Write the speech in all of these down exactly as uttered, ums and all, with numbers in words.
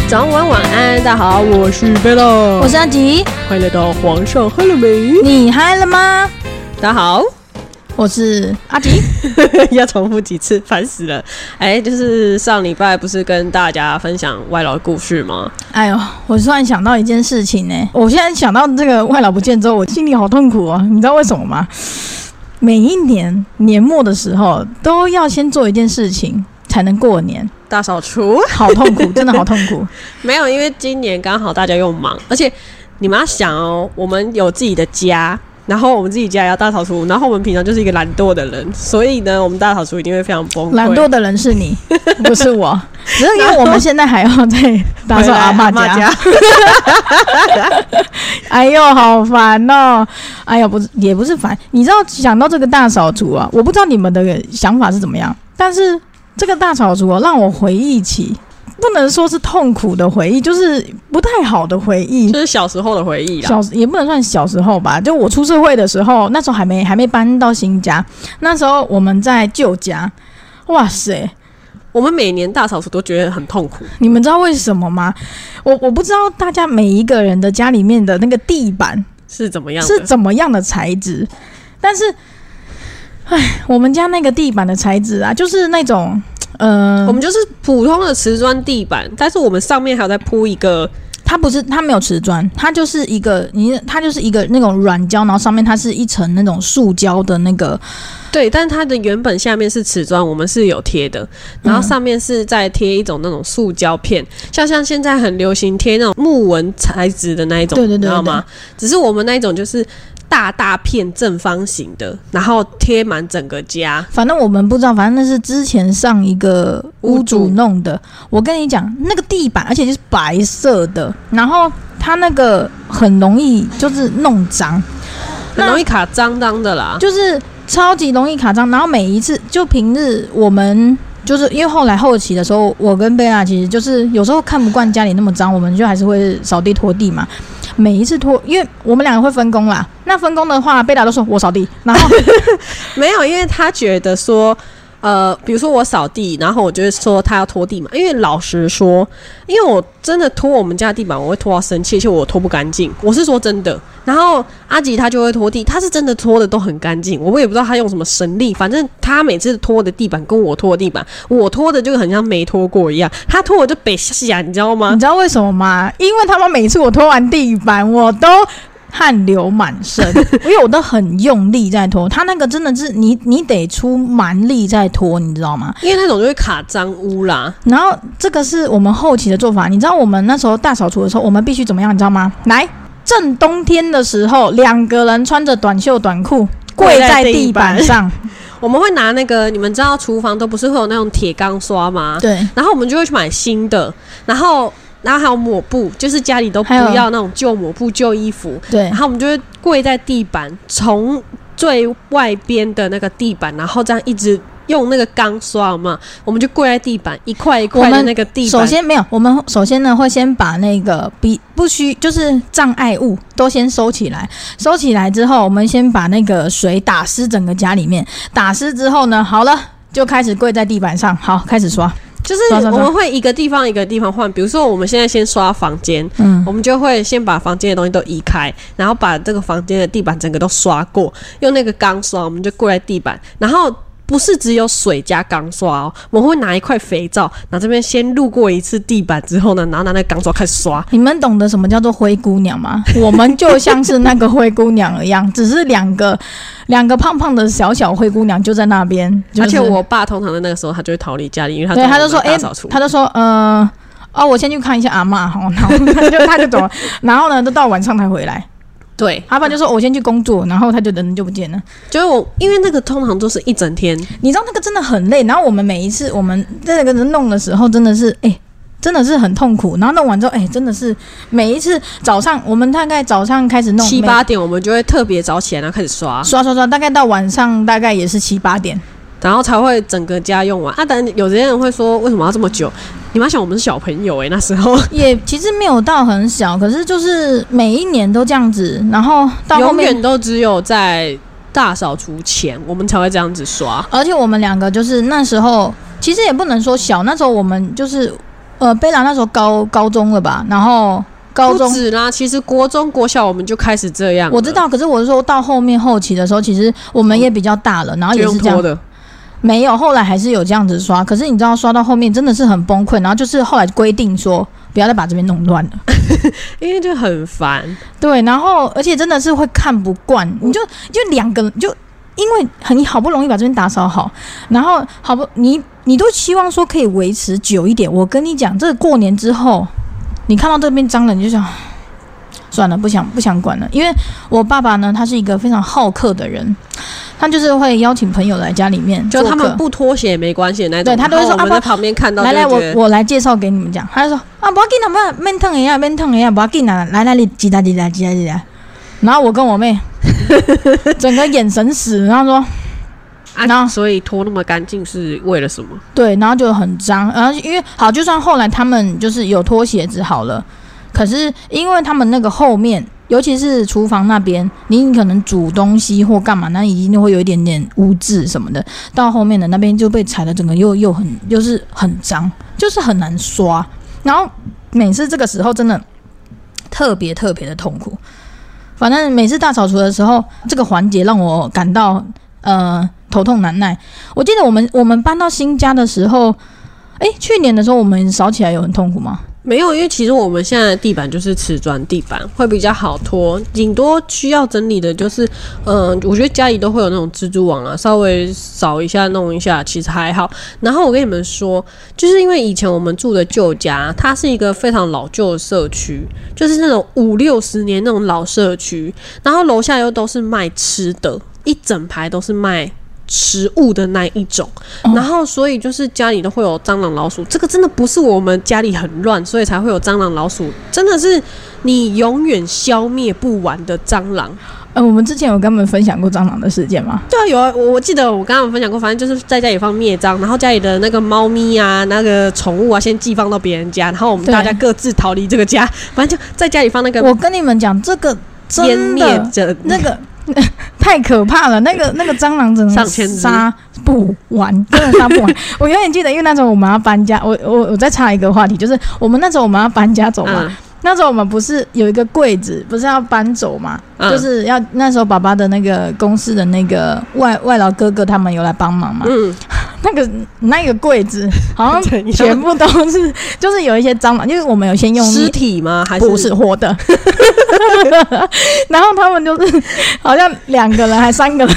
早安晚安，大家好，我是贝乐， 我是阿吉， 欢迎来到皇上嗨了没？ 你嗨了吗？ 大家好， 我是阿吉。 要重复几次，烦死了！哎，就是上礼拜不是跟大家分享外劳的故事吗？ 哎呦，我突然想到一件事情呢、欸，我现在想到这个外劳不见之后，我心里好痛苦哦。你知道为什么吗？每一年年末的时候，都要先做一件事情才能过年。 大扫除， 好痛苦，真的好痛苦。 没有，因为今年刚好大家又忙，而且你们要想哦，我们有自己的家，然后我们自己家也要大扫除，然后我们平常就是一个懒惰的人，所以呢，我们大扫除一定会非常崩溃。 懒惰的人是你，不是我。只是因为我们现在还要再打扫阿嬷家。家哎呦，好烦哦！哎呦，不是，也不是烦。你知道，想到这个大扫除啊，我不知道你们的想法是怎么样，但是这个大扫除、啊、让我回忆起。不能说是痛苦的回忆，就是不太好的回忆， 就是小时候的回忆啦。 小也不能算小时候吧，就我出社会的时候，那时候还没还没搬到新家，那时候我们在旧家，哇塞！ 我们每年大扫除都觉得很痛苦， 你们知道为什么吗？我我不知道大家每一个人的家里面的那个地板是怎么样的， 是怎么样的材质，但是，哎，我们家那个地板的材质啊，就是那种。呃， 我们就是普通的瓷砖地板，但是我们上面还有再铺一个， 它不是，它没有瓷砖，它就是一个，你，它就是一个那种软胶，然后上面它是一层那种塑胶的那个， 对，但它的原本下面是瓷砖，我们是有贴的，然后上面是再贴一种那种塑胶片，嗯、像像现在很流行贴那种木纹材质的那一种， 对对对对， 你知道吗？只是我们那一种就是大大片正方形的，然后贴满整个家。 反正我们不知道，反正那是之前上一个屋主弄的。我跟你讲，那个地板，而且就是白色的，然后它那个很容易就是弄脏， 很容易卡脏脏的啦， 就是超级容易卡脏。然后每一次就平日我们。就是因为后来后期的时候，我跟贝拉其实就是有时候看不惯家里那么脏，我们就还是会扫地拖地嘛。每一次拖，因为我们两个会分工啦。那分工的话，贝拉都说我扫地，然后没有，因为他觉得说，呃，比如说我扫地，然后我就会说他要拖地嘛。因为老实说，因为我真的拖我们家的地板，我会拖到生气，而且我拖不干净，我是说真的。然后阿吉他就会拖地，他是真的拖的都很干净，我也不知道他用什么神力，反正他每次拖的地板跟我拖的地板，我拖的就很像没拖过一样，他拖的就北下，你知道吗？ 你知道为什么吗？因为他们每次我拖完地板，我都汗流满身，因为我都很用力在拖，他那个真的是你你得出蛮力在拖，你知道吗？ 因为那种就会卡脏污啦。 然后这个是我们后期的做法，你知道我们那时候大扫除的时候，我们必须怎么样，你知道吗？来。正冬天的时候，两个人穿着短袖短裤跪在地板上， 我们会拿那个，你们知道厨房都不是会有那种铁钢刷吗？ 对， 然后我们就会去买新的，然后然后还有抹布，就是家里都不要那种旧抹布、旧衣服， 对， 然后我们就会跪在地板，从最外边的那个地板，然后这样一直。用那个钢刷嘛，我们就跪在地板，一块一块的那个地板。 首先没有，我们首先呢会先把那个比不需就是障碍物都先收起来，收起来之后，我们先把那个水打湿整个家里面，打湿之后呢，好了，就开始跪在地板上，好，开始刷。 就是我们会一个地方一个地方换，比如说我们现在先刷房间，嗯，我们就会先把房间的东西都移开，然后把这个房间的地板整个都刷过，用那个钢刷，我们就跪在地板，然后。不是只有水加钢刷哦，我们会拿一块肥皂，拿这边先路过一次地板之后呢，然后拿那个钢刷开始刷。 你们懂得什么叫做灰姑娘吗？我们就像是那个灰姑娘一样，只是两个两个胖胖的小小灰姑娘就在那边。就是、 而且我爸通常在那个时候他就会逃离家里，因为他对他就说，哎、欸，他就说，呃，哦，我先去看一下阿嬷，然后他就他就走了，然后呢，都到晚上才回来。 对， 阿爸就说我先去工作，然后他就人就不见了。 就是我，因为那个通常都是一整天， 你知道那个真的很累。然后我们每一次我们在那个弄的时候，真的是哎、欸，真的是很痛苦。然后弄完之后，哎、欸，真的是每一次早上，我们大概早上开始弄七八点，我们就会特别早起来，然后开始刷刷刷刷，大概到晚上大概也是七八点。 然后才会整个家用完啊！但有些人会说，为什么要这么久？你们要想，我们是小朋友哎、欸，那时候也其实没有到很小，可是就是每一年都这样子，然后到后面永远都只有在大扫除前，我们才会这样子刷。 而且我们两个就是那时候，其实也不能说小，那时候我们就是呃，贝拉那时候高高中了吧，然后高中不止啦，其实国中国小我们就开始这样了。 我知道，可是我是说到后面后期的时候，其实我们也比较大了，然后也是这样的。 没有，后来还是有这样子刷，可是你知道刷到后面真的是很崩溃，然后就是后来规定说不要再把这边弄乱了， 因为就很烦。 对，然后而且真的是会看不惯，你就就两个人就因为很你好不容易把这边打扫好，然后好不你你都希望说可以维持久一点。我跟你讲，这个过年之后，你看到这边脏了，你就想算了，不想不想管了。因为我爸爸呢，他是一个非常好客的人。他就是会邀请朋友来家里面， 就他们不脱鞋也没关系的那种。 对，他都会说啊，我们在旁边看到就来来，我我来介绍给你们讲。他就说啊，不要紧啦，不免烫一下，免烫一下，不要紧啦，来来，你挤来挤来挤来挤来。然后我跟我妹整个眼神死，然后说啊，然后所以拖那么干净是为了什么？ 对，然后就很脏，然后因为好，就算后来他们就是有脱鞋子好了，可是因为他们那个后面。尤其是厨房那边，你可能煮东西或干嘛，那一定会有一点点污渍什么的，到后面的那边就被踩的整个又又很又是很脏，就是很难刷。然后每次这个时候真的特别特别的痛苦。反正每次大扫除的时候，这个环节让我感到呃头痛难耐。我记得我们我们搬到新家的时候，哎，去年的时候我们扫起来有很痛苦吗？ 没有，因为其实我们现在的地板就是瓷砖地板，会比较好拖。顶多需要整理的就是，嗯、呃，我觉得家里都会有那种蜘蛛网啊，稍微扫一下、弄一下，其实还好。然后我跟你们说，就是因为以前我们住的旧家，它是一个非常老旧的社区，就是那种五六十年那种老社区，然后楼下又都是卖吃的，一整排都是卖食物的那一种，然后所以就是家里都会有蟑螂老鼠，这个真的不是我们家里很乱所以才会有蟑螂老鼠，真的是你永远消灭不完的蟑螂。 呃，我们之前有跟他们分享过蟑螂的事件吗？ 对啊，有啊，我我记得我跟他们分享过，反正就是在家里放灭蟑，然后家里的那个猫咪啊、那个宠物啊，先寄放到别人家，然后我们大家各自逃离这个家，反正就在家里放那个。 我跟你们讲，这个真的那个。太可怕了，那个那个蟑螂真的杀不完，真的杀不完。我永远记得，因为那时候我们要搬家，我我我再插一个话题，就是我们那时候我们要搬家走嘛，嗯、那时候我们不是有一个柜子，不是要搬走嘛，嗯、就是要那时候爸爸的那个公司的那个外外劳哥哥他们有来帮忙嘛，嗯。那个那个柜子好像全部都是，就是有一些蟑螂，因为我们有先用尸体吗？还是不是活的？然后他们就是好像两个人还三个人，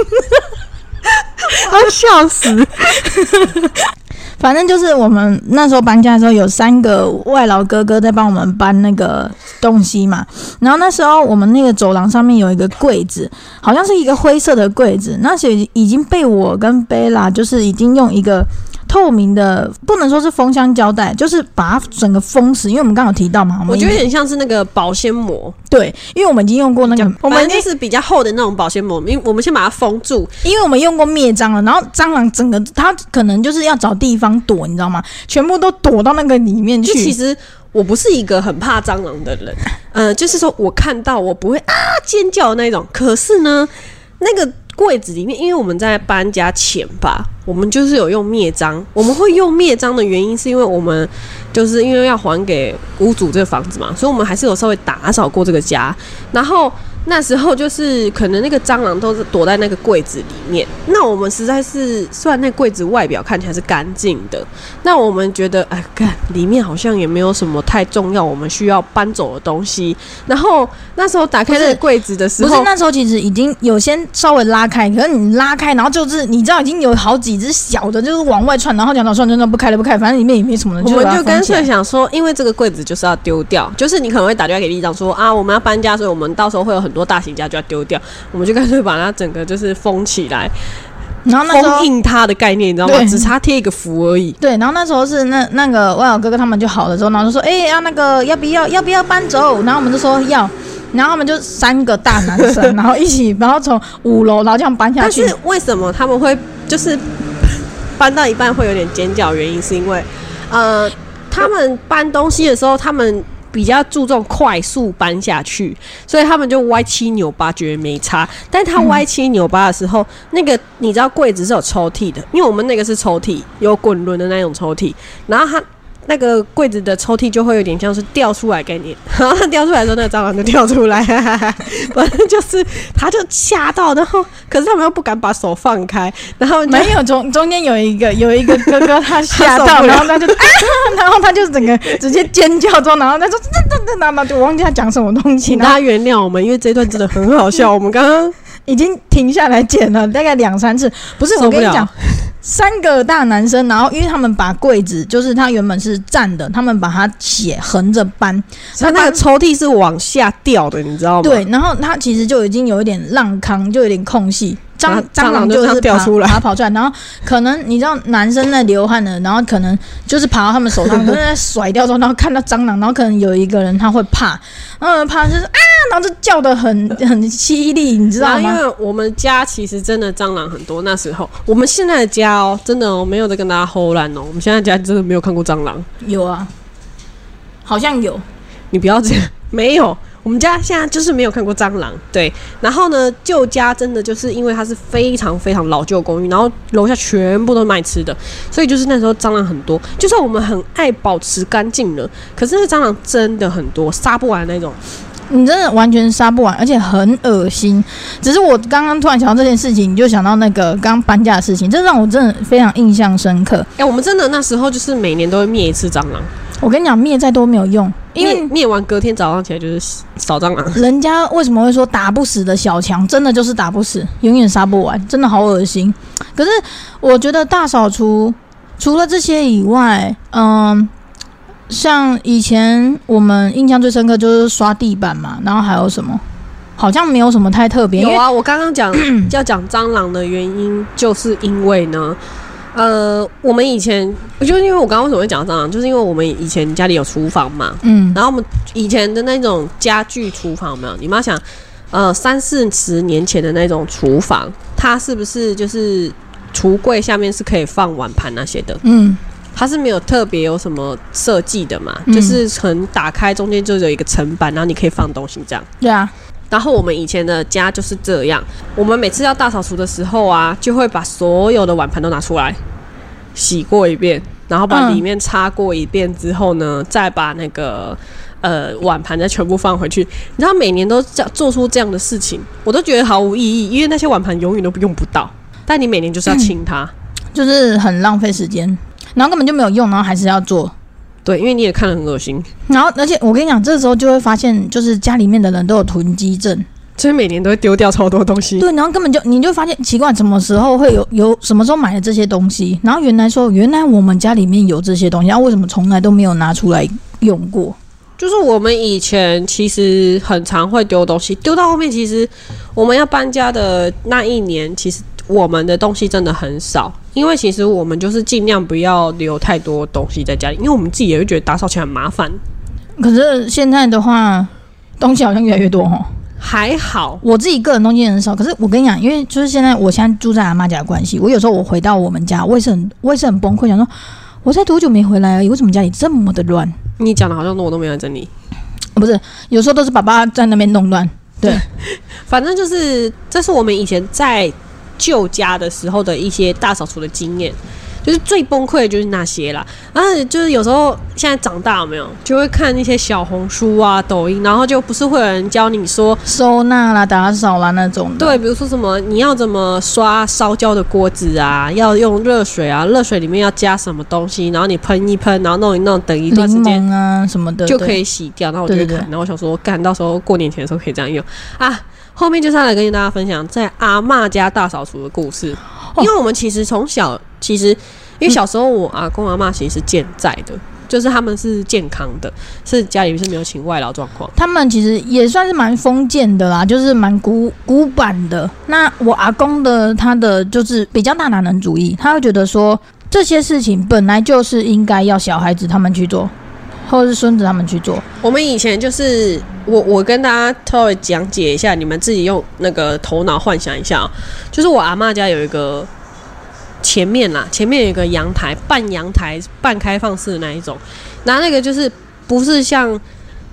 我要笑死。 反正就是我们那时候搬家的时候，有三个外劳哥哥在帮我们搬那个东西嘛。然后那时候我们那个走廊上面有一个柜子，好像是一个灰色的柜子，那时已经被我跟贝拉就是已经用一个透明的，不能说是封箱胶带，就是把它整个封死。因为我们刚刚有提到嘛，我, 我觉得有点像是那个保鲜膜。 对，因为我们已经用过那个， 我们就是比较厚的那种保鲜膜，因为我们先把它封住， 因为我们用过灭蟑了，然后蟑螂整个它可能就是要找地方躲，你知道吗？全部都躲到那个里面去。 其实我不是一个很怕蟑螂的人，呃，就是说我看到我不会啊尖叫的那种。可是呢，那个柜子里面，因为我们在搬家前吧，我们就是有用灭蟑。我们会用灭蟑的原因，是因为我们就是因为要还给屋主这个房子嘛，所以我们还是有稍微打扫过这个家。然后那时候就是可能那个蟑螂都是躲在那个柜子里面，那我们实在是虽然那柜子外表看起来是干净的，那我们觉得哎，干里面好像也没有什么太重要我们需要搬走的东西。然后那时候打开那个柜子的时候， 不是那时候其实已经有先稍微拉开，可是你拉开，然后就是你知道已经有好几只小的，就是往外窜，然后讲到算真的不开了不开，反正里面也没什么人， 我们就干脆想说，因为这个柜子就是要丢掉，就是你可能会打电话给里长说啊，我们要搬家，所以我们到时候会有很多大型家就要丢掉，我们就干脆把它整个就是封起来， 然后那时候封印它的概念，你知道吗？只差贴一个符而已。 对，然后那时候是那那个外老哥哥他们就好了之后，然后就说，哎、欸，要、啊、那个要不要要不要搬走？然后我们就说要，然后他们就三个大男生，然后一起，然后从五楼然后这样搬下去。 但是为什么他们会就是搬到一半会有点尖叫？原因是因为呃，他们搬东西的时候，他们比较注重快速搬下去，所以他们就歪七扭八，觉得没差。但他歪七扭八的时候，嗯、那个你知道柜子是有抽屉的，因为我们那个是抽屉，有滚轮的那种抽屉。然后他那个柜子的抽屉就会有点像是掉出来给你，然后它掉出来的时候，那个蟑螂就跳出来，反正就是他就吓到，然后可是他们又不敢把手放开，然后没有中中间有一个有一个哥哥他吓到，然后他就啊，然后他就整个直接尖叫之后，然后他说这这这，然后就忘记他讲什么东西， 请大家原谅我们，因为这一段真的很好笑，我们刚刚已经停下来剪了大概两三次，不是我跟你讲。三个大男生，然后因为他们把柜子，就是他原本是站的，他们把它斜横着搬， 他那个抽屉是往下掉的，你知道吗？ 对，然后它其实就已经有一点浪康，就有点空隙，蟑蟑螂就是掉出来， 爬跑出来，然后可能你知道男生在流汗了，然后可能就是爬到他们手上，可能在甩掉之后，然后看到蟑螂，然后可能有一个人他会怕，然后怕就是啊，然后就叫得很很凄厉，你知道吗？ 因为我们家其实真的蟑螂很多，那时候我们现在的家哦，真的哦，没有在跟大家唬烂哦，我们现在的家真的没有看过蟑螂。 有啊，好像有， 你不要这样，没有。我们家现在就是没有看过蟑螂，对。然后呢，旧家真的就是因为它是非常非常老旧公寓，然后楼下全部都卖吃的，所以就是那时候蟑螂很多。就算我们很爱保持干净了，可是那蟑螂真的很多，杀不完的那种。 你真的完全杀不完，而且很恶心。只是我刚刚突然想到这件事情，你就想到那个刚搬家的事情，这让我真的非常印象深刻。 哎、欸，我们真的那时候就是每年都会灭一次蟑螂。 我跟你讲，灭再多没有用，因为灭完隔天早上起来就是扫蟑螂。 人家为什么会说打不死的小强，真的就是打不死，永远杀不完，真的好恶心。可是我觉得大扫除除了这些以外，嗯，像以前我们印象最深刻就是刷地板嘛，然后还有什么？好像没有什么太特别。 有啊，我刚刚讲要讲蟑螂的原因，就是因为呢。呃，我们以前就因为我刚刚为什么会讲蟑螂，就是因为我们以前家里有厨房嘛，嗯，然后我们以前的那种家具厨房有没有？你们要想，呃，三四十年前的那种厨房，它是不是就是橱柜下面是可以放碗盘那些的？嗯，它是没有特别有什么设计的嘛，嗯、就是很打开中间就有一个层板，然后你可以放东西这样。 对啊。 然后我们以前的家就是这样，我们每次要大扫除的时候啊，就会把所有的碗盘都拿出来洗过一遍，然后把里面擦过一遍之后呢，嗯、再把那个呃碗盘再全部放回去。你知道每年都做出这样的事情，我都觉得毫无意义，因为那些碗盘永远都用不到，但你每年就是要清它，嗯、 就是很浪费时间，然后根本就没有用，然后还是要做。 对，因为你也看得很恶心。 然后，而且我跟你讲，这时候就会发现，就是家里面的人都有囤积症， 所以每年都会丢掉超多东西。 对，然后根本就你就发现奇怪，什么时候会有有什么时候买的这些东西？然后原来说，原来我们家里面有这些东西，然后为什么从来都没有拿出来用过？ 就是我们以前其实很常会丢东西，丢到后面，其实我们要搬家的那一年，其实我们的东西真的很少。因为其实我们就是尽量不要留太多东西在家里，因为我们自己也会觉得打扫起来很麻烦。 可是现在的话，东西好像越来越多齁。 还好， 我自己个人东西很少。可是我跟你讲，因为就是现在我现在住在阿嬷家的关系，我有时候我回到我们家，我也是很我也是很崩溃，想说我才多久没回来而已，为什么家里这么的乱？ 你讲的好像我都没有整理， 不是，有时候都是爸爸在那边弄乱。对， 反正就是这是我们以前在旧家的时候的一些大扫除的经验，就是最崩溃的就是那些啦。然后就是有时候现在长大有没有，就会看一些小红书啊、抖音，然后就不是会有人教你说收纳啦、打扫啦那种的。 对，比如说什么你要怎么刷烧焦的锅子啊，要用热水啊，热水里面要加什么东西，然后你喷一喷，然后弄一弄，等一段时间啊什么的就可以洗掉。然后我就会看，对对对，然后我想说，干到时候过年前的时候可以这样用啊。后面就是要来跟大家分享在阿嬷家大扫除的故事，因为我们其实从小，其实因为小时候我阿公阿嬷其实是健在的，就是他们是健康的，是家里是没有请外劳状况。 他们其实也算是蛮封建的啦，就是蛮古古板的。那我阿公的他的就是比较大男人主义，他会觉得说这些事情本来就是应该要小孩子他们去做。或者是孙子他们去做。 我们以前就是我我跟大家稍微讲解一下，你们自己用那个头脑幻想一下、喔，就是我阿嬷家有一个前面啦，前面有一个阳台，半阳台半开放式的那一种，然后那个就是不是像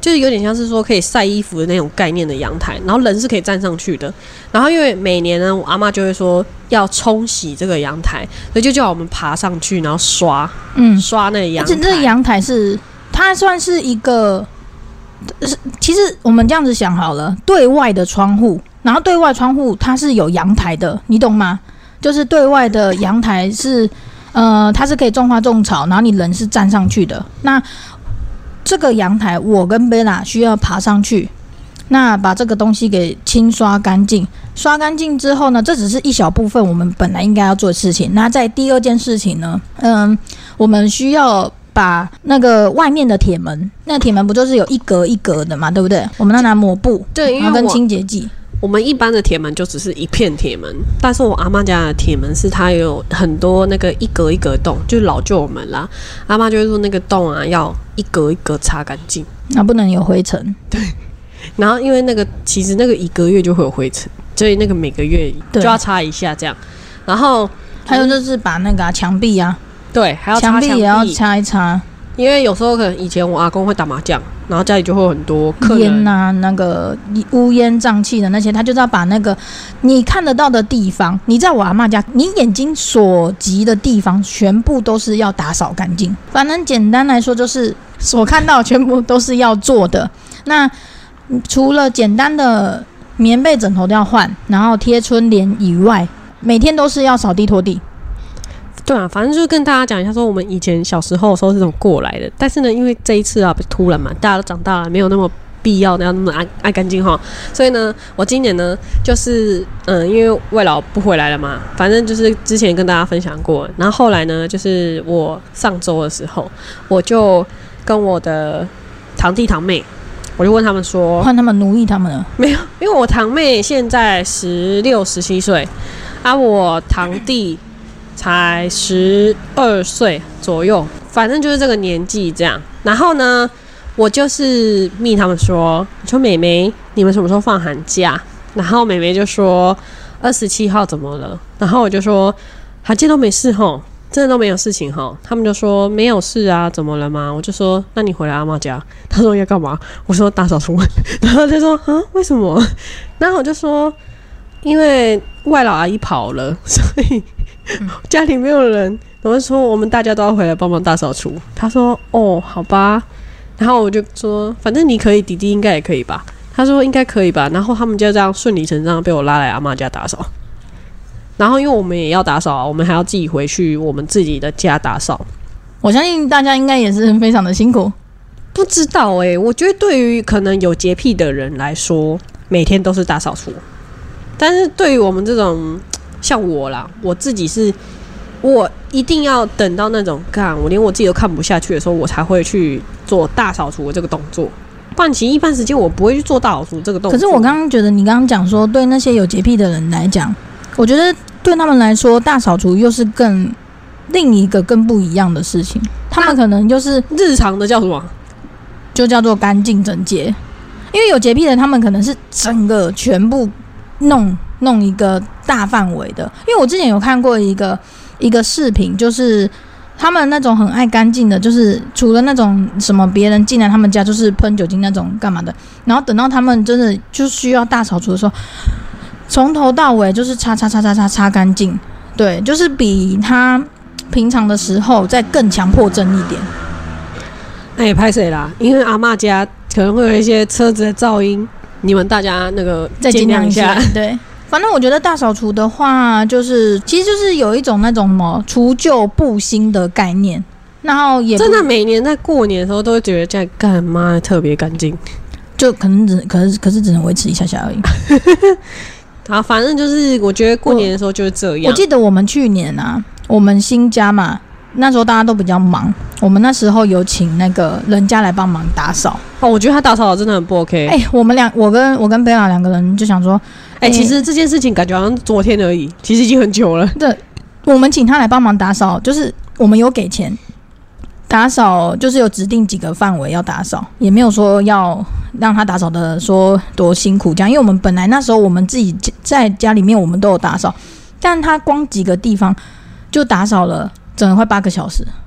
就是有点像是说可以晒衣服的那种概念的阳台，然后人是可以站上去的。然后因为每年呢，我阿嬷就会说要冲洗这个阳台，所以就叫我们爬上去，然后刷，嗯，刷那个阳台。而且这个阳台是它算是一个，其实我们这样子想好了，对外的窗户，然后对外窗户它是有阳台的，你懂吗？就是对外的阳台是，呃，它是可以种花种草，然后你人是站上去的。那这个阳台，我跟贝拉需要爬上去，那把这个东西给清刷干净。刷干净之后呢，这只是一小部分我们本来应该要做的事情。那在第二件事情呢，嗯，我们需要把那个外面的铁门，那铁门不就是有一格一格的嘛，对不对？我们要拿抹布， 对， 然后跟清洁剂。 我们一般的铁门就只是一片铁门，但是我阿嬷家的铁门是它有很多那个一格一格洞，就是老旧门啦。阿嬷就会说那个洞啊要一格一格擦干净， 那不能有灰尘。 对，然后因为那个其实那个一个月就会有灰尘，所以那个每个月就要擦一下这样。然后还有就是把那个墙壁啊， 对，还要擦墙壁也要擦一擦。 因为有时候可能以前我阿公会打麻将，然后家里就会有很多客人烟啊，那个乌烟瘴气的那些，他就是要把那个你看得到的地方，你在我阿嬷家，你眼睛所及的地方，全部都是要打扫干净。反正简单来说，就是所看到的全部都是要做的。那除了简单的棉被枕头都要换，然后贴春联以外，每天都是要扫地拖地。 对啊，反正就是跟大家讲一下，说我们以前小时候的时候是怎么过来的。但是呢，因为这一次啊，突然嘛，大家都长大了，没有那么必要的要那么爱爱干净哈。所以呢，我今年呢，就是嗯，因为外老不回来了嘛，反正就是之前跟大家分享过。然后后来呢，就是我上周的时候，我就跟我的堂弟堂妹，我就问他们说， 换他们奴役他们了？ 没有，因为我堂妹现在十六、十七岁，啊，我堂弟才十二岁左右，反正就是这个年纪这样。然后呢，我就是密他们说，说妹妹，你们什么时候放寒假？然后妹妹就说二十七号怎么了？然后我就说寒假都没事吼，真的都没有事情吼。他们就说没有事啊，怎么了吗？我就说那你回来阿嬷家。他说要干嘛？我说大扫除。然后他说啊，为什么？然后我就说因为外老阿姨跑了，所以家里没有人，我就说我们大家都要回来帮忙大扫除。他说哦，好吧。然后我就说反正你可以，弟弟应该也可以吧。他说应该可以吧。然后他们就这样顺理成章被我拉来阿嬷家打扫。然后因为我们也要打扫，我们还要自己回去我们自己的家打扫。 我相信大家应该也是非常的辛苦。 不知道欸，我觉得对于可能有洁癖的人来说，每天都是大扫除。但是对于我们这种像我啦，我自己是，我一定要等到那种干我连我自己都看不下去的时候，我才会去做大扫除的这个动作。不然其实一般时间我不会去做大扫除这个动作。 可是我刚刚觉得你刚刚讲说，对那些有洁癖的人来讲，我觉得对他们来说，大扫除又是更另一个更不一样的事情。他们可能就是日常的叫什么， 就叫做干净整洁。因为有洁癖的，他们可能是整个全部弄弄一个大范围的。因为我之前有看过一个一个视频，就是他们那种很爱干净的，就是除了那种什么别人进来他们家就是喷酒精那种干嘛的，然后等到他们真的就需要大扫除的时候，从头到尾就是擦擦擦擦擦擦干净。对，就是比他平常的时候再更强迫症一点。 那也拍谁啦？因为阿嬷家可能会有一些车子的噪音，你们大家那个再尽量一下。对，反正我觉得大扫除的话，就是其实就是有一种那种什么除旧布新的概念，然后也真的每年在过年的时候都会觉得家里干嘛特别干净， 就可能只可是可是只能维持一下下而已。 好，反正就是我觉得过年的时候就是这样。 我, 我记得我们去年啊，我们新家嘛，那时候大家都比较忙，我们那时候有请那个人家来帮忙打扫。 哦，我觉得他打扫真的很不 OK。 哎、欸，我们两，我跟我跟贝拉两个人就想说， 哎、欸欸，其实这件事情感觉好像昨天而已，其实已经很久了。 对，我们请他来帮忙打扫，就是我们有给钱打扫，就是有指定几个范围要打扫，也没有说要让他打扫的说多辛苦这样，因为我们本来那时候我们自己在家里面我们都有打扫，但他光几个地方就打扫了整个快八个小时。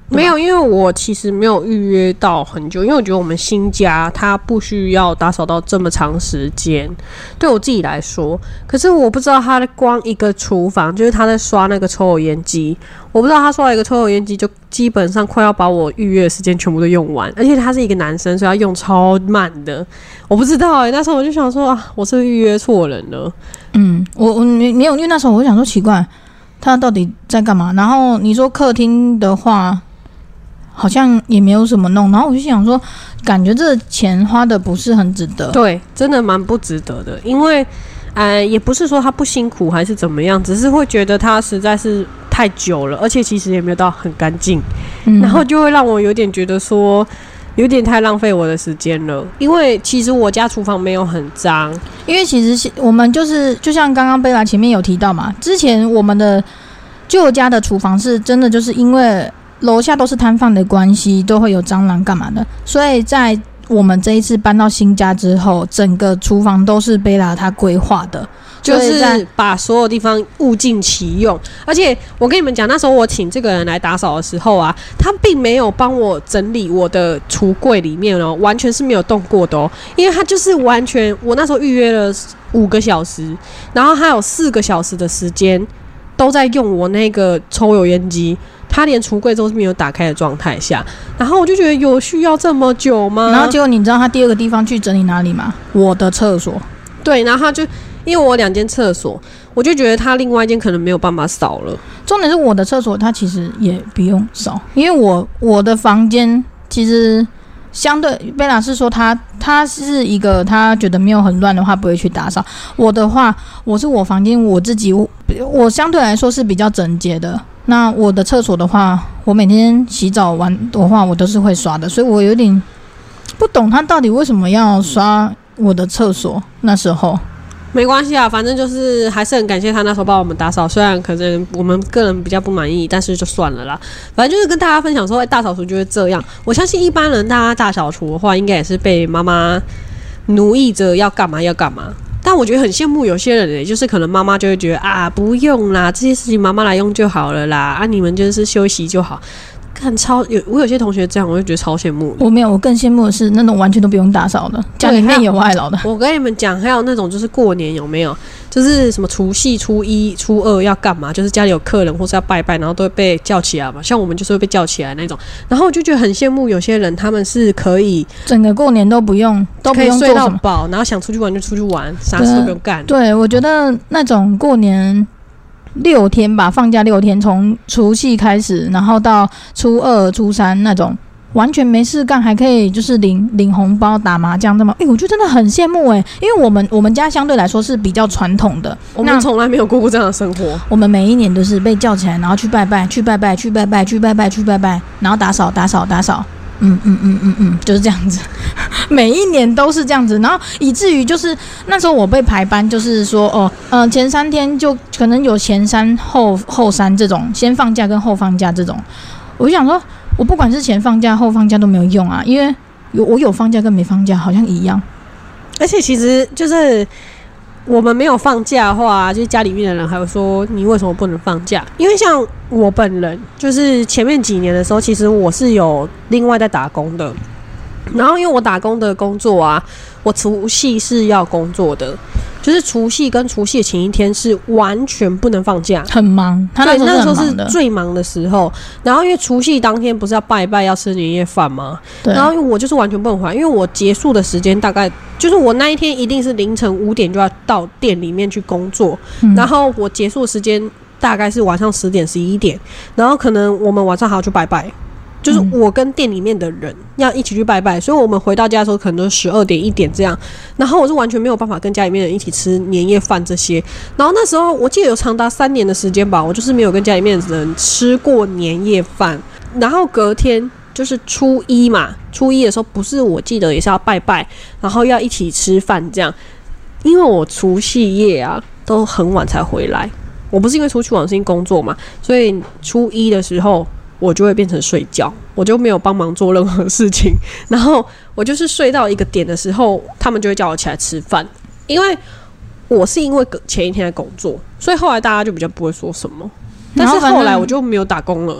没有，因为我其实没有预约到很久，因为我觉得我们新家它不需要打扫到这么长时间，对我自己来说。可是我不知道他光一个厨房，就是他在刷那个抽油烟机，我不知道他刷一个抽油烟机就基本上快要把我预约的时间全部都用完，而且他是一个男生，所以他用超慢的。我不知道哎、欸，那时候我就想说啊，我是不是预约错人了？ 嗯，我我没没有，因为那时候我就想说奇怪，他到底在干嘛？然后你说客厅的话。好像也没有什么弄，然后我就想说，感觉这钱花的不是很值得。 对，真的蛮不值得的，因为，呃，也不是说他不辛苦还是怎么样，只是会觉得他实在是太久了，而且其实也没有到很干净，嗯、然后就会让我有点觉得说，有点太浪费我的时间了。因为其实我家厨房没有很脏， 因为其实我们就是就像刚刚贝拉前面有提到嘛，之前我们的旧家的厨房是真的就是因为。楼下都是摊贩的关系，都会有蟑螂干嘛的，所以在我们这一次搬到新家之后，整个厨房都是贝拉他规划的， 就是把所有地方物尽其用。而且我跟你们讲，那时候我请这个人来打扫的时候啊，他并没有帮我整理我的橱柜里面哦，完全是没有动过的哦，因为他就是完全，我那时候预约了五个小时，然后他有四个小时的时间都在用我那个抽油烟机。他连橱柜都是没有打开的状态下，然后我就觉得有需要这么久吗？ 然后结果你知道他第二个地方去整理哪里吗？我的厕所。 对，然后他就因为我有两间厕所，我就觉得他另外一间可能没有办法扫了。 重点是我的厕所，他其实也不用扫，因为我我的房间其实相对贝拉是说他他是一个他觉得没有很乱的话不会去打扫。我的话，我是我房间我自己我我相对来说是比较整洁的。那我的厕所的话，我每天洗澡完的话，我都是会刷的，所以我有点不懂他到底为什么要刷我的厕所。那时候没关系啊，反正就是还是很感谢他那时候帮我们打扫，虽然可能我们个人比较不满意，但是就算了啦。反正就是跟大家分享说，欸、大扫除就是这样。我相信一般人大家大扫除的话，应该也是被妈妈奴役着要干嘛要干嘛。但我觉得很羡慕有些人诶、欸，就是可能妈妈就会觉得啊，不用啦，这些事情妈妈来用就好了啦，啊，你们就是休息就好。看超有，我有些同学这样，我就觉得超羡慕的。 我没有，我更羡慕的是那种完全都不用打扫的，家里面有外劳的。 我跟你们讲，还有那种就是过年有没有？就是什么除夕、初一、初二要干嘛？就是家里有客人或是要拜拜，然后都会被叫起来嘛。像我们就是会被叫起来那种。然后我就觉得很羡慕有些人，他们是可以整个过年都不用，都不用做什么， 可以睡到饱，然后想出去玩就出去玩，啥事都不用干。 对，我觉得那种过年六天吧，放假六天，从除夕开始，然后到初二、初三那种。完全没事干，还可以就是领领红包、打麻将，这么，哎、欸，我就真的很羡慕哎、欸，因为我们我们家相对来说是比较传统的， 我们从来没有过过这样的生活。 我们每一年都是被叫起来，然后去拜拜，去拜拜，去拜拜，去拜拜，去拜拜，然后打扫、打扫、打扫，嗯嗯嗯嗯嗯，就是这样子，每一年都是这样子，然后以至于就是那时候我被排班，就是说哦，呃，前三天就可能有前三后后三这种，先放假跟后放假这种，我就想说。我不管是前放假后放假都没有用啊，因为有我有放假跟没放假好像一样。 而且其实就是我们没有放假的话，就是家里面的人还会说你为什么不能放假？因为像我本人，就是前面几年的时候，其实我是有另外在打工的。然后因为我打工的工作啊，我除夕是要工作的。就是除夕跟除夕的前一天是完全不能放假， 很忙。他那时候是很忙的， 那时候是最忙的时候。然后因为除夕当天不是要拜拜要吃年夜饭吗？对。然后因为我就是完全不能回来，因为我结束的时间大概就是我那一天一定是凌晨五点就要到店里面去工作，嗯、然后我结束的时间大概是晚上十点十一点，然后可能我们晚上还要去拜拜。就是我跟店里面的人要一起去拜拜，所以我们回到家的时候可能都是十二点一点这样，然后我是完全没有办法跟家里面的人一起吃年夜饭这些。然后那时候我记得有长达三年的时间吧，我就是没有跟家里面的人吃过年夜饭。然后隔天就是初一嘛，初一的时候不是我记得也是要拜拜，然后要一起吃饭这样。因为我除夕夜啊都很晚才回来，我不是因为出去玩是因为工作嘛，所以初一的时候。我就会变成睡觉，我就没有帮忙做任何事情，然后我就是睡到一个点的时候，他们就会叫我起来吃饭。因为我是因为前一天在工作，所以后来大家就比较不会说什么。但是后来我就没有打工了。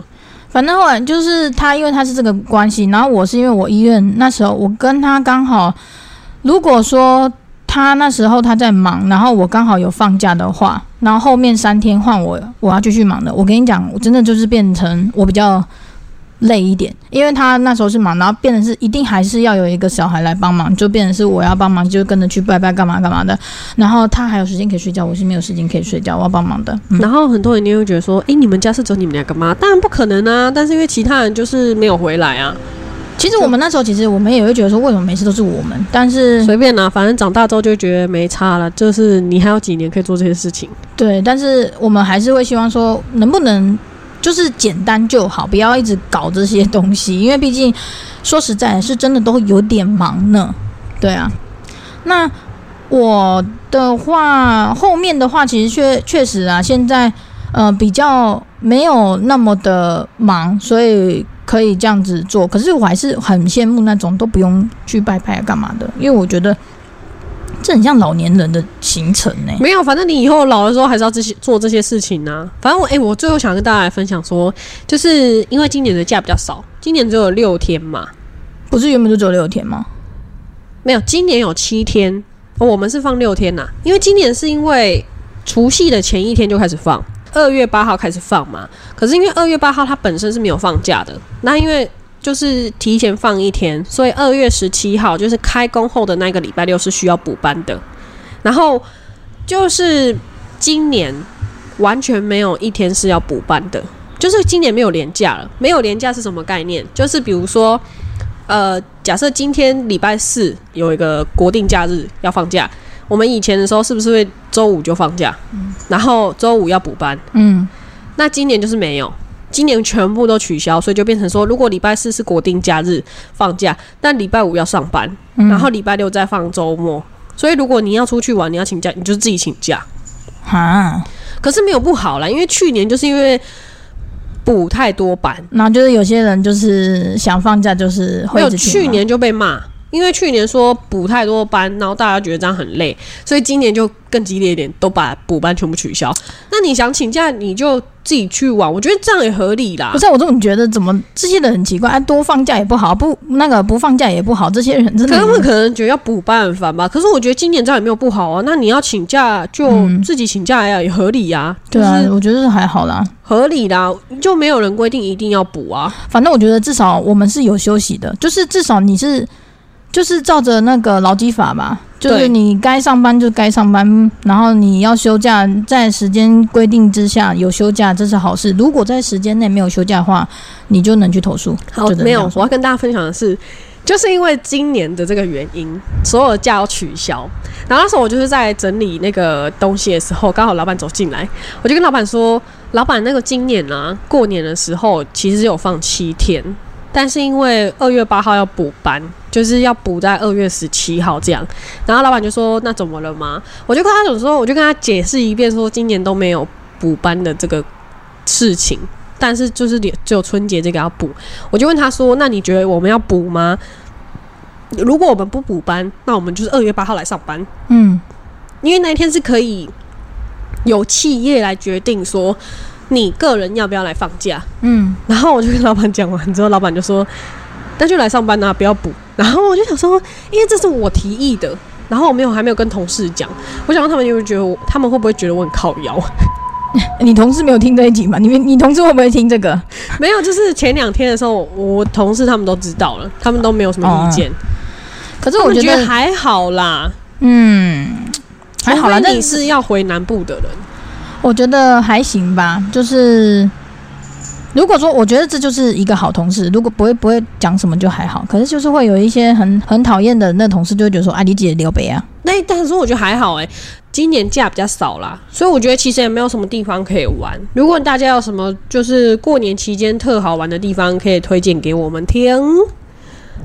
反正后来就是他，因为他是这个关系，然后我是因为我医院那时候我跟他刚好，如果说他那时候他在忙，然后我刚好有放假的话，然后后面三天换我我要继续忙的，我跟你讲，我真的就是变成我比较累一点，因为他那时候是忙，然后变成是一定还是要有一个小孩来帮忙，就变成是我要帮忙，就跟着去拜拜干嘛干嘛的，然后他还有时间可以睡觉，我是没有时间可以睡觉，我要帮忙的。嗯、 然后很多人就会觉得说，哎，你们家是只有你们两个吗？当然不可能啊，但是因为其他人就是没有回来啊。 其实我们那时候，其实我们也会觉得说，为什么每次都是我们？但是随便啦，反正长大之后就会觉得没差了，就是你还有几年可以做这些事情。 对，但是我们还是会希望说，能不能就是简单就好，不要一直搞这些东西，因为毕竟说实在是真的都有点忙呢。对啊，那我的话，后面的话其实确确实啊，现在呃比较没有那么的忙，所以可以这样子做。可是我还是很羡慕那种都不用去拜拜干嘛的，因为我觉得这很像老年人的行程呢、欸。 没有，反正你以后老的时候还是要这些做这些事情呢、啊。反正我哎、欸，我最后想跟大家来分享说，就是因为今年的假比较少，今年只有六天嘛， 不是原本就只有六天吗？ 没有，今年有七天、哦，我们是放六天呐、啊。因为今年是因为除夕的前一天就开始放。二月八号开始放嘛，可是因为二月八号它本身是没有放假的，那因为就是提前放一天，所以二月十七号就是开工后的那个礼拜六是需要补班的。然后就是今年完全没有一天是要补班的，就是今年没有连假了。没有连假是什么概念？就是比如说，呃，假设今天礼拜四有一个国定假日要放假。我们以前的时候是不是会周五就放假，嗯、然后周五要补班？嗯，那今年就是没有，今年全部都取消，所以就变成说，如果礼拜四是国定假日放假，但礼拜五要上班，嗯、然后礼拜六再放周末。所以如果你要出去玩，你要请假，你就自己请假。哈，可是没有不好啦，因为去年就是因为补太多班， 然后就是有些人就是想放假，就是会一直去年就被骂。因为去年说补太多班，然后大家觉得这样很累，所以今年就更激烈一点，都把补班全部取消。那你想请假，你就自己去玩，我觉得这样也合理啦。 不是，我这么觉得，怎么这些人很奇怪，啊、多放假也不好，不那个不放假也不好，这些人真的， 可他们可能觉得要补班很烦吧。可是我觉得今年这样也没有不好啊。那你要请假就自己请假呀，也合理呀、啊。 对啊，我觉得还好啦， 合理啦，就没有人规定一定要补啊。 反正我觉得至少我们是有休息的，就是至少你是。就是照着那个劳基法嘛，就是你该上班就该上班，然后你要休假，在时间规定之下有休假，这是好事。如果在时间内没有休假的话，你就能去投诉。 好，没有，我要跟大家分享的是，就是因为今年的这个原因，所有的假都取消。然后那时候我就是在整理那个东西的时候，刚好老板走进来，我就跟老板说：“老板，那个今年啊，过年的时候其实有放七天。”但是因为二月八号要补班，就是要补在二月十七号这样，然后老板就说：“那怎么了吗？”我就跟他讲说，我就跟他解释一遍，说今年都没有补班的这个事情，但是就是只有春节这个要补。我就问他说：“那你觉得我们要补吗？如果我们不补班，那我们就是二月八号来上班。”嗯，因为那一天是可以有企业来决定说。你个人要不要来放假？嗯，然后我就跟老板讲完之后，老板就说：“那就来上班啊，不要补。”然后我就想说，因为这是我提议的，然后我没有还没有跟同事讲，我想让他们就觉得我，他们会不会觉得我很靠腰？ 你同事没有听这一集吗？你你同事会不会听这个？ 没有，就是前两天的时候，我同事他们都知道了，他们都没有什么意见。哦、 可是我觉 得, 觉得还好啦， 嗯，还好啦。 你是要回南部的人。 我觉得还行吧，就是如果说我觉得这就是一个好同事，如果不会不会讲什么就还好，可是就是会有一些很很讨厌的那同事就会觉得说啊你姐撩北啊， 那但是我觉得还好哎、欸，今年假比较少啦，所以我觉得其实也没有什么地方可以玩。如果大家有什么就是过年期间特好玩的地方，可以推荐给我们听。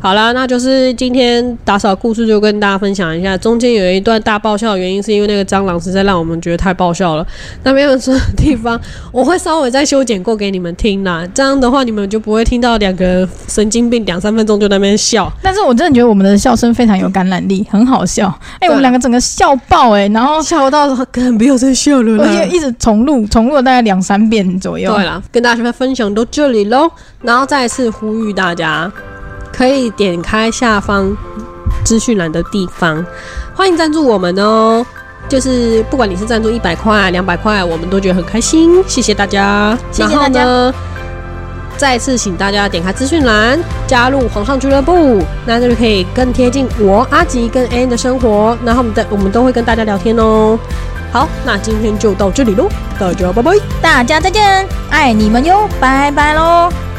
好啦，那就是今天打扫故事就跟大家分享一下，中间有一段大爆笑的原因是因为那个蟑螂实在让我们觉得太爆笑了。那没有说的地方，我会稍微再修剪过给你们听啦。这样的话，你们就不会听到两个神经病两三分钟就在那边笑。 但是我真的觉得我们的笑声非常有感染力，很好笑。哎、欸，我们两个整个笑爆哎、欸，然后笑到根本不要再笑了啦， 而且一直重录，重录了大概两三遍左右。 对啦，跟大家分享到这里咯，然后再次呼吁大家。可以点开下方资讯栏的地方，欢迎赞助我们哦。就是不管你是赞助一百块、两百块，我们都觉得很开心，谢谢大家， 谢谢大家。 然后呢，再次请大家点开资讯栏，加入皇上俱乐部，那就可以更贴近我阿吉跟 Ann 的生活，然后我们的我们都会跟大家聊天哦。好，那今天就到这里咯，大家拜拜， 大家再见，爱你们哟，拜拜咯。